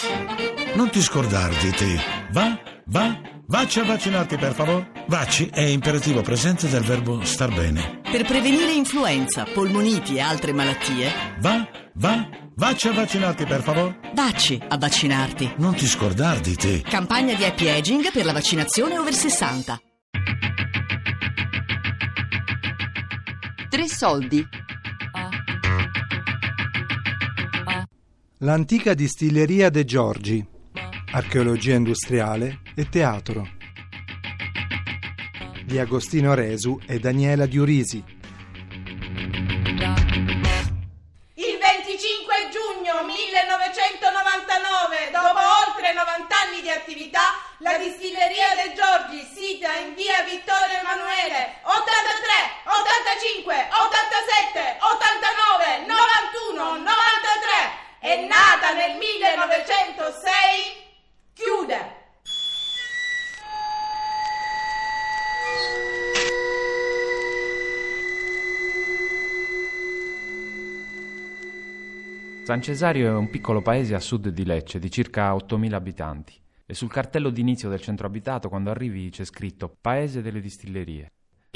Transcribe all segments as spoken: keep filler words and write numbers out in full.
Non ti scordar di te. Va, va, vacci a vaccinarti per favore. Vacci è imperativo presente del verbo star bene. Per prevenire influenza, polmoniti e altre malattie. Va, va, vacci a vaccinarti per favore. Vacci a vaccinarti. Non ti scordar di te. Campagna di happy aging per la vaccinazione over sessanta. Tre soldi. L'antica distilleria De Giorgi, archeologia industriale e teatro, di Agostino Resu e Daniela Diurisi. Il venticinque giugno millenovecentonovantanove, dopo oltre novanta anni di attività, la distilleria De Giorgi, sita in via Vittorio Emanuele, ottantatré, ottantacinque, ottantasette, ottantanove, novantuno, novantatré, è nata nel millenovecentosei, chiude. San Cesario è un piccolo paese a sud di Lecce di circa ottomila abitanti e sul cartello d'inizio del centro abitato, quando arrivi, c'è scritto Paese delle Distillerie.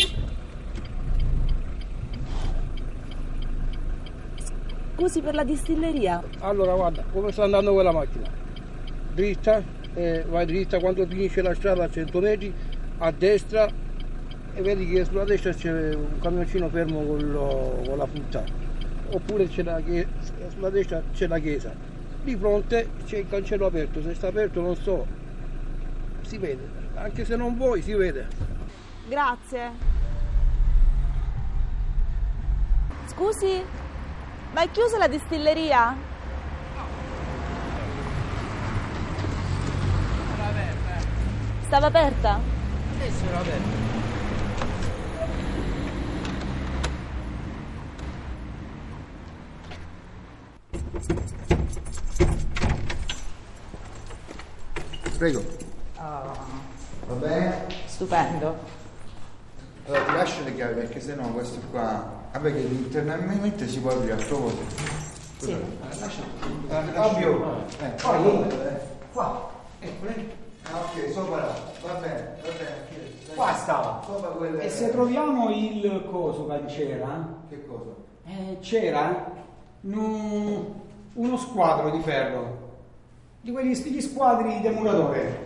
Scusi, per la distilleria? Allora guarda, come sta andando quella macchina? Dritta, eh, vai dritta, quando finisce la strada a cento metri, a destra e vedi che sulla destra c'è un camioncino fermo con, lo, con la frutta. Oppure c'è la chiesa, sulla destra c'è la chiesa. Di fronte c'è il cancello aperto, se sta aperto non so, si vede, anche se non vuoi si vede. Grazie. Scusi? Ma è chiusa la distilleria? Stava aperta. Stava aperta? Adesso era aperta. Prego. Oh. Va bene? Stupendo. Allora ti lascio le chiavi perché sennò questo qua. Vabbè che internamente si può aprire a tuo voto. Sì. Ovvio. Eh, poi eh. Qua. Ecco lei. Ah ok, sopra. Va bene, va bene. Qua stava. Sopra quelle... E se troviamo il coso che c'era? Che cosa? Eh, c'era no, uno squadro di ferro. Di quegli gli squadri del muratore.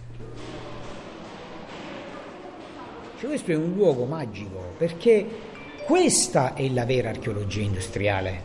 Cioè, questo è un luogo magico perché questa è la vera archeologia industriale.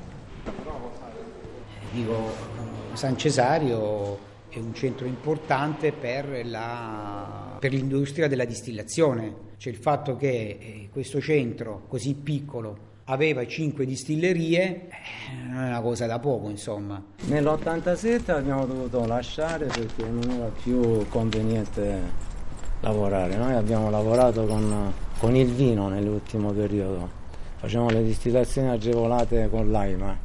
Dico, San Cesario è un centro importante per, la, per l'industria della distillazione. Cioè il fatto che questo centro così piccolo aveva cinque distillerie, non è una cosa da poco, insomma. Nell'ottantasette abbiamo dovuto lasciare perché non era più conveniente lavorare. Noi abbiamo lavorato con, con il vino nell'ultimo periodo, facevamo le distillazioni agevolate con l'AIMA,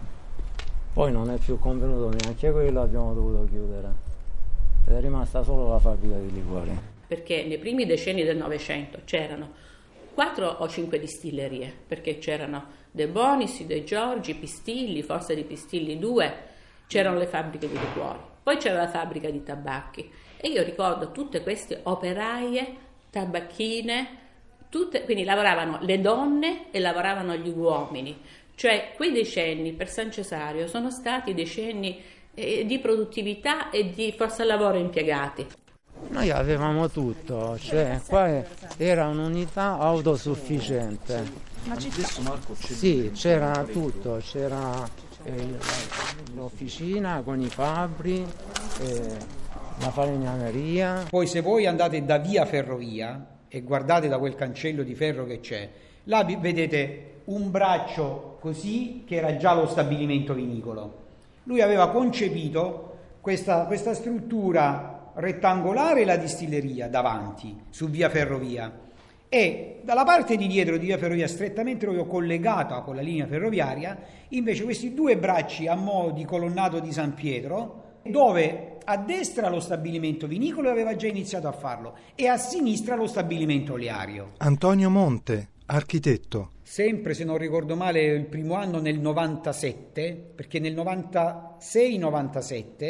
poi non è più convenuto neanche quello, abbiamo dovuto chiudere ed è rimasta solo la fabbrica di liquori. Perché nei primi decenni del Novecento c'erano quattro o cinque distillerie, perché c'erano De Bonis, De Giorgi, Pistilli, forse di Pistilli due, c'erano le fabbriche di liquori, poi c'era la fabbrica di tabacchi e io ricordo tutte queste operaie, tabacchine, tutte, quindi lavoravano le donne e lavoravano gli uomini, cioè quei decenni per San Cesario sono stati decenni eh, di produttività e di forza lavoro impiegati. Noi avevamo tutto, cioè qua era un'unità autosufficiente. Ma ci Sì, c'era tutto, c'era eh, l'officina con i fabbri, eh, la falegnameria. Poi se voi andate da via Ferrovia e guardate da quel cancello di ferro che c'è, là vedete un braccio così che era già lo stabilimento vinicolo. Lui aveva concepito questa, questa struttura rettangolare, la distilleria davanti su via Ferrovia, e dalla parte di dietro di via Ferrovia, strettamente proprio collegata con la linea ferroviaria, invece questi due bracci a mo' di colonnato di San Pietro, dove a destra lo stabilimento vinicolo aveva già iniziato a farlo e a sinistra lo stabilimento oleario. Antonio Monte, architetto. Sempre, se non ricordo male, il primo anno nel novantasette, perché nel novantasei novantasette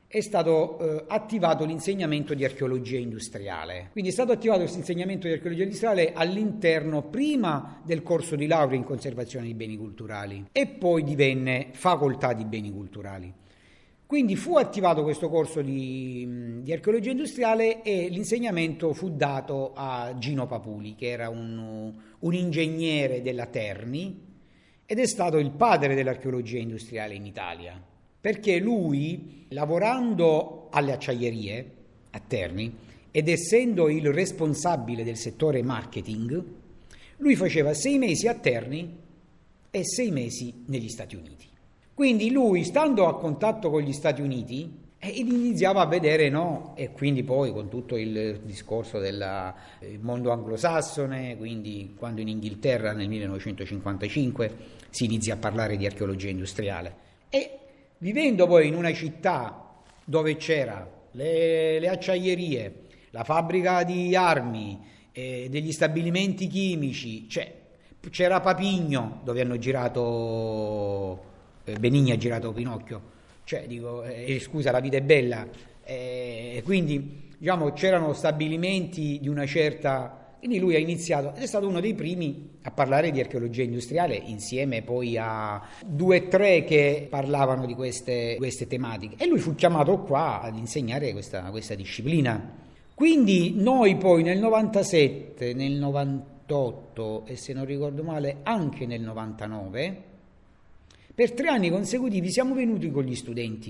è stato eh, attivato l'insegnamento di archeologia industriale. Quindi è stato attivato questo insegnamento di archeologia industriale all'interno prima del corso di laurea in conservazione di beni culturali e poi divenne facoltà di beni culturali. Quindi fu attivato questo corso di, di archeologia industriale e l'insegnamento fu dato a Gino Papuli, che era un, un ingegnere della Terni ed è stato il padre dell'archeologia industriale in Italia, perché lui, lavorando alle acciaierie a Terni ed essendo il responsabile del settore marketing, lui faceva sei mesi a Terni e sei mesi negli Stati Uniti. Quindi lui, stando a contatto con gli Stati Uniti, eh, iniziava a vedere, no? E quindi poi con tutto il discorso del eh, mondo anglosassone, quindi quando in Inghilterra nel millenovecentocinquantacinque si inizia a parlare di archeologia industriale. E vivendo poi in una città dove c'era le, le acciaierie, la fabbrica di armi, eh, degli stabilimenti chimici, cioè, c'era Papigno dove hanno girato... Benigni ha girato Pinocchio, cioè dico, eh, scusa, La vita è bella, eh, quindi diciamo c'erano stabilimenti di una certa, quindi lui ha iniziato ed è stato uno dei primi a parlare di archeologia industriale insieme poi a due o tre che parlavano di queste, queste tematiche e lui fu chiamato qua ad insegnare questa, questa disciplina. Quindi noi poi nel novantasette, nel novantotto e se non ricordo male anche nel novantanove per tre anni consecutivi siamo venuti con gli studenti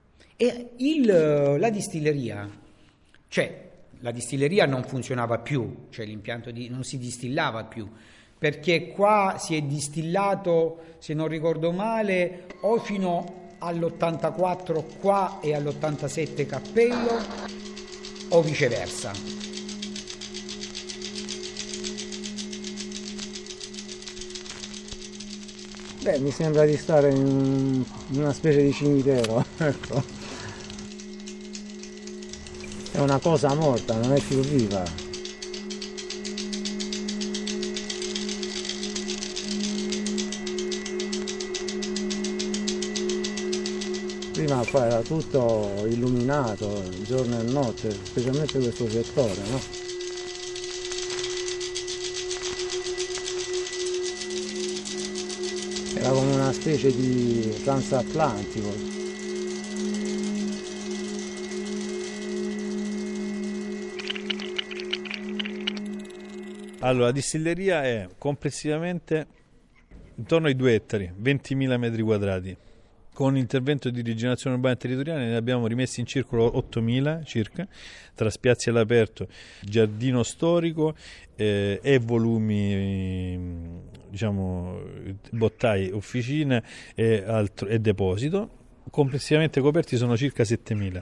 e il, la distilleria, cioè la distilleria non funzionava più, cioè l'impianto di, non si distillava più, perché qua si è distillato, se non ricordo male, o fino all'ottantaquattro qua e all'ottantasette Cappello o viceversa. Beh, mi sembra di stare in una specie di cimitero, ecco. È una cosa morta, non è più viva. Prima qua era tutto illuminato, giorno e notte, specialmente questo settore, no? Era come una specie di transatlantico. Allora, la distilleria è complessivamente intorno ai due ettari, ventimila metri quadrati. Con l'intervento di rigenerazione urbana e territoriale ne abbiamo rimessi in circolo ottomila circa, tra spiazzi all'aperto, giardino storico eh, e volumi, diciamo, bottai, officine e, altro, e deposito. Complessivamente coperti sono circa settemila.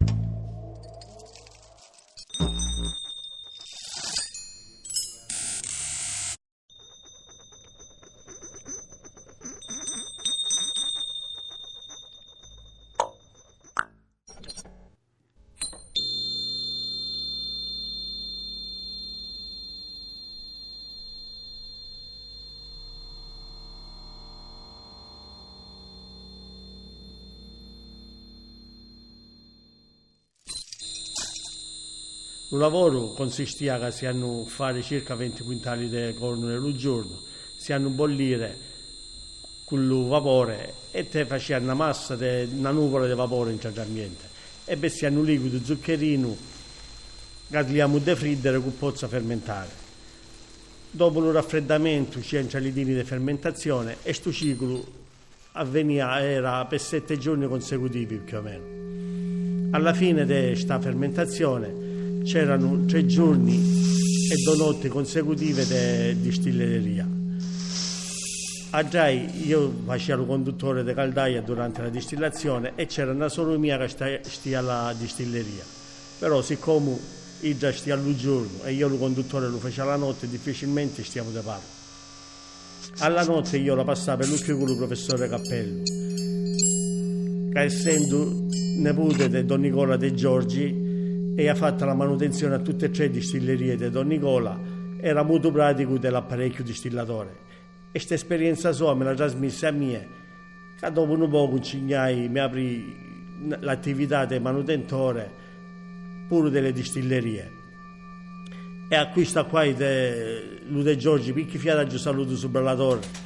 Il lavoro consistia che si hanno fare circa venti quintali di cornole al giorno, si hanno bollire con il vapore e te facevano una massa, de, una nuvola di vapore in ambiente e poi si hanno liquido zuccherino che togliamo da friggere con pozza fermentare. Dopo il raffreddamento c'è i dini di fermentazione e questo ciclo avveniva, era per sette giorni consecutivi più o meno. Alla fine di questa fermentazione c'erano tre giorni e due notti consecutive di distilleria. A Giai io facevo il conduttore di caldaia durante la distillazione e c'era una solo mia che stia alla distilleria. Però siccome io già stia al giorno e io il conduttore lo facevo la notte, difficilmente stiamo da parte. Alla notte io la passavo per l'occhio con il professore Cappello, che essendo nipote di Don Nicola De Giorgi e ha fatto la manutenzione a tutte e tre le distillerie di Don Nicola, era molto pratico dell'apparecchio distillatore. E questa esperienza sua me l'ha trasmessa a me, che dopo un po' cignai, mi aprì l'attività del manutentore pure delle distillerie. E a questa qua de, lui De Giorgi picchi fiata giù saluto sopra la torre.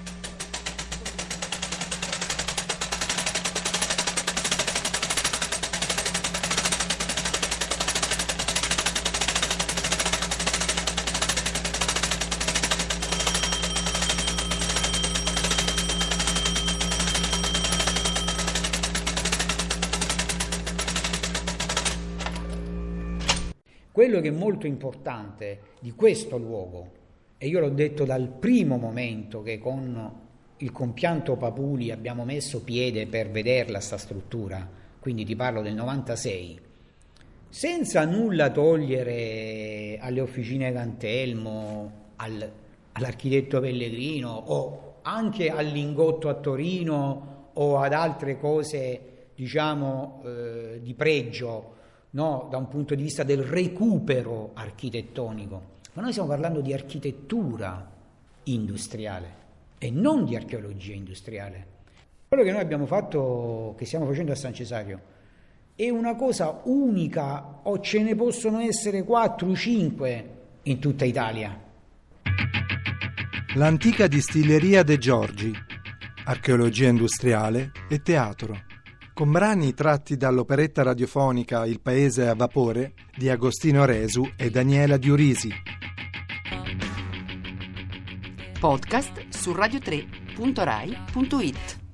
Quello che è molto importante di questo luogo, e io l'ho detto dal primo momento che con il compianto Papuli abbiamo messo piede per vederla sta struttura, quindi ti parlo del novantasei, senza nulla togliere alle officine Cantelmo, al, all'architetto Pellegrino o anche al Lingotto a Torino o ad altre cose, diciamo, eh, di pregio, no, da un punto di vista del recupero architettonico, ma noi stiamo parlando di architettura industriale e non di archeologia industriale. Quello che noi abbiamo fatto, che stiamo facendo a San Cesario, è una cosa unica, o ce ne possono essere quattro o cinque in tutta Italia. L'antica distilleria De Giorgi, archeologia industriale e teatro, con brani tratti dall'operetta radiofonica Il paese a vapore di Agostino Resu e Daniela Diurisi. Podcast su radio tre punto rai punto it.